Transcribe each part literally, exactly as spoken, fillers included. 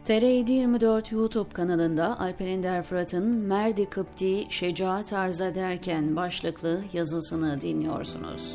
T R yedi yirmi dört YouTube kanalında Alper Ender Fırat'ın Merdi Kıpti Şecaat Arz Ederken başlıklı yazısını dinliyorsunuz.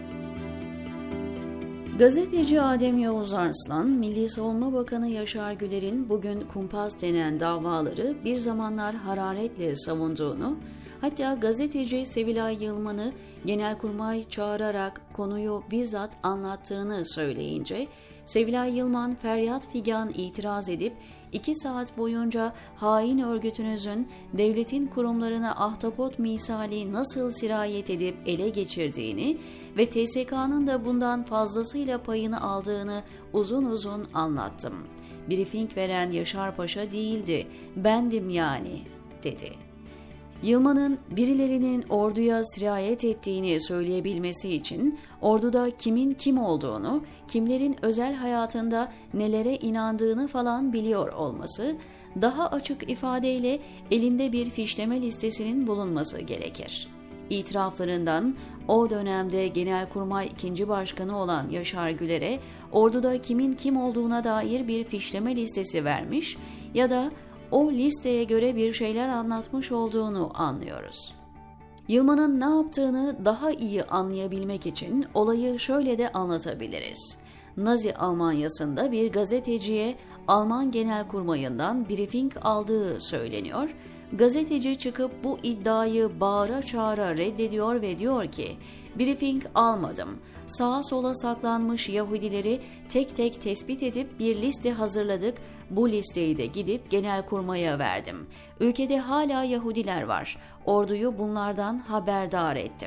Gazeteci Adem Yavuz Arslan, Milli Savunma Bakanı Yaşar Güler'in bugün kumpas denen davaları bir zamanlar hararetle savunduğunu, hatta gazeteci Sevilay Yılman'ı Genelkurmay çağırarak konuyu bizzat anlattığını söyleyince, Sevilay Yılman feryat figan itiraz edip iki saat boyunca hain örgütünüzün devletin kurumlarına ahtapot misali nasıl sirayet edip ele geçirdiğini ve T S K'nın da bundan fazlasıyla payını aldığını uzun uzun anlattım. Briefing veren Yaşar Paşa değildi, bendim yani, dedi. Yılman'ın birilerinin orduya sirayet ettiğini söyleyebilmesi için orduda kimin kim olduğunu, kimlerin özel hayatında nelere inandığını falan biliyor olması, daha açık ifadeyle elinde bir fişleme listesinin bulunması gerekir. İtiraflarından o dönemde Genelkurmay ikinci Başkanı olan Yaşar Güler'e orduda kimin kim olduğuna dair bir fişleme listesi vermiş ya da o listeye göre bir şeyler anlatmış olduğunu anlıyoruz. Yılman'ın ne yaptığını daha iyi anlayabilmek için olayı şöyle de anlatabiliriz. Nazi Almanyası'nda bir gazeteciye Alman Genelkurmay'ından briefing aldığı söyleniyor. Gazeteci çıkıp bu iddiayı bağıra çağıra reddediyor ve diyor ki, briefing almadım. Sağa sola saklanmış Yahudileri tek tek tespit edip bir liste hazırladık. Bu listeyi de gidip Genelkurmay'a verdim. Ülkede hala Yahudiler var. Orduyu bunlardan haberdar ettim.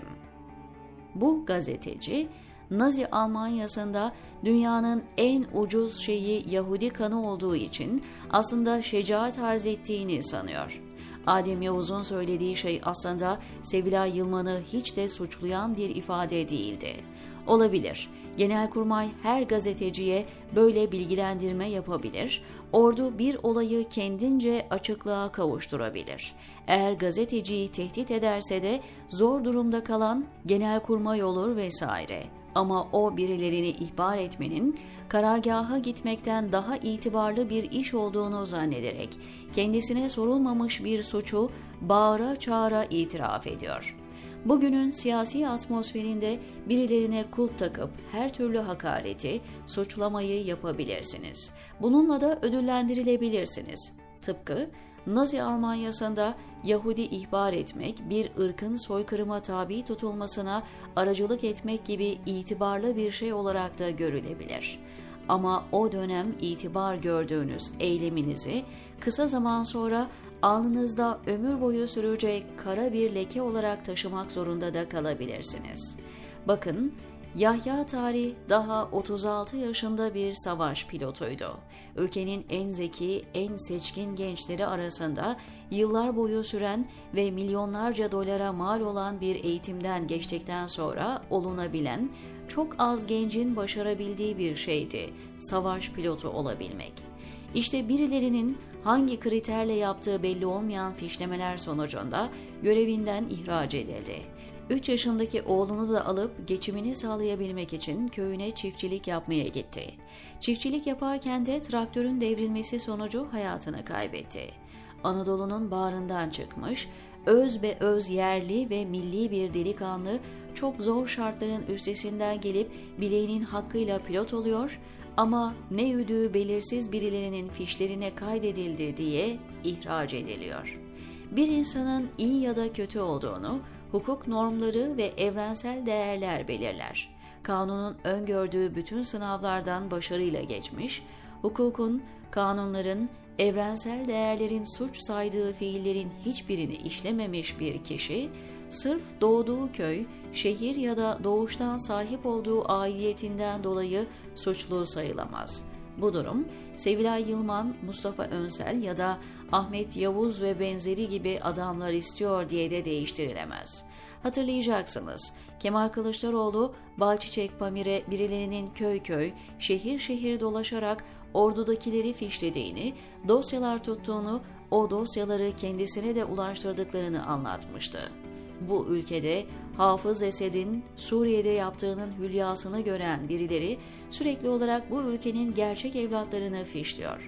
Bu gazeteci, Nazi Almanyası'nda dünyanın en ucuz şeyi Yahudi kanı olduğu için aslında şecaat arz ettiğini sanıyor. Adem Yavuz'un söylediği şey aslında Sevilay Yılman'ı hiç de suçlayan bir ifade değildi. Olabilir, Genelkurmay her gazeteciye böyle bilgilendirme yapabilir, ordu bir olayı kendince açıklığa kavuşturabilir. Eğer gazeteciyi tehdit ederse de zor durumda kalan Genelkurmay olur vesaire. Ama o birilerini ihbar etmenin karargaha gitmekten daha itibarlı bir iş olduğunu zannederek kendisine sorulmamış bir suçu bağıra çağıra itiraf ediyor. Bugünün siyasi atmosferinde birilerine kulp takıp her türlü hakareti, suçlamayı yapabilirsiniz. Bununla da ödüllendirilebilirsiniz. Tıpkı Nazi Almanyası'nda Yahudi ihbar etmek, bir ırkın soykırıma tabi tutulmasına aracılık etmek gibi itibarlı bir şey olarak da görülebilir. Ama o dönem itibar gördüğünüz eyleminizi kısa zaman sonra alnınızda ömür boyu sürecek kara bir leke olarak taşımak zorunda da kalabilirsiniz. Bakın, Yahya Tarih daha otuz altı yaşında bir savaş pilotuydu. Ülkenin en zeki, en seçkin gençleri arasında yıllar boyu süren ve milyonlarca dolara mal olan bir eğitimden geçtikten sonra olunabilen, çok az gencin başarabildiği bir şeydi savaş pilotu olabilmek. İşte birilerinin hangi kriterle yaptığı belli olmayan fişlemeler sonucunda görevinden ihraç edildi. üç yaşındaki oğlunu da alıp geçimini sağlayabilmek için köyüne çiftçilik yapmaya gitti. Çiftçilik yaparken de traktörün devrilmesi sonucu hayatını kaybetti. Anadolu'nun bağrından çıkmış, öz ve öz yerli ve milli bir delikanlı çok zor şartların üstesinden gelip bileğinin hakkıyla pilot oluyor ama ne yüdüğü belirsiz birilerinin fişlerine kaydedildi diye ihraç ediliyor. Bir insanın iyi ya da kötü olduğunu hukuk normları ve evrensel değerler belirler. Kanunun öngördüğü bütün sınavlardan başarıyla geçmiş, hukukun, kanunların, evrensel değerlerin suç saydığı fiillerin hiçbirini işlememiş bir kişi, sırf doğduğu köy, şehir ya da doğuştan sahip olduğu aidiyetinden dolayı suçlu sayılamaz. Bu durum, Sevilay Yılman, Mustafa Önsel ya da Ahmet Yavuz ve benzeri gibi adamlar istiyor diye de değiştirilemez. Hatırlayacaksınız, Kemal Kılıçdaroğlu, Balçiçek Pamir'e birilerinin köy köy, şehir şehir dolaşarak ordudakileri fişlediğini, dosyalar tuttuğunu, o dosyaları kendisine de ulaştırdıklarını anlatmıştı. Bu ülkede Hafız Esed'in Suriye'de yaptığının hülyasını gören birileri sürekli olarak bu ülkenin gerçek evlatlarını fişliyor.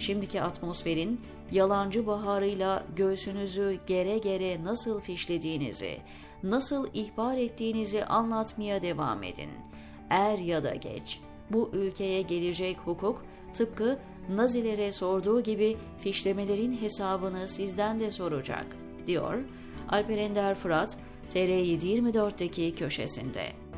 şimdiki atmosferin yalancı baharıyla göğsünüzü gere gere nasıl fişlediğinizi, nasıl ihbar ettiğinizi anlatmaya devam edin. Er ya da geç bu ülkeye gelecek hukuk tıpkı Nazilere sorduğu gibi fişlemelerin hesabını sizden de soracak, diyor Alper Ender Fırat T R yedi yirmi dört'teki köşesinde.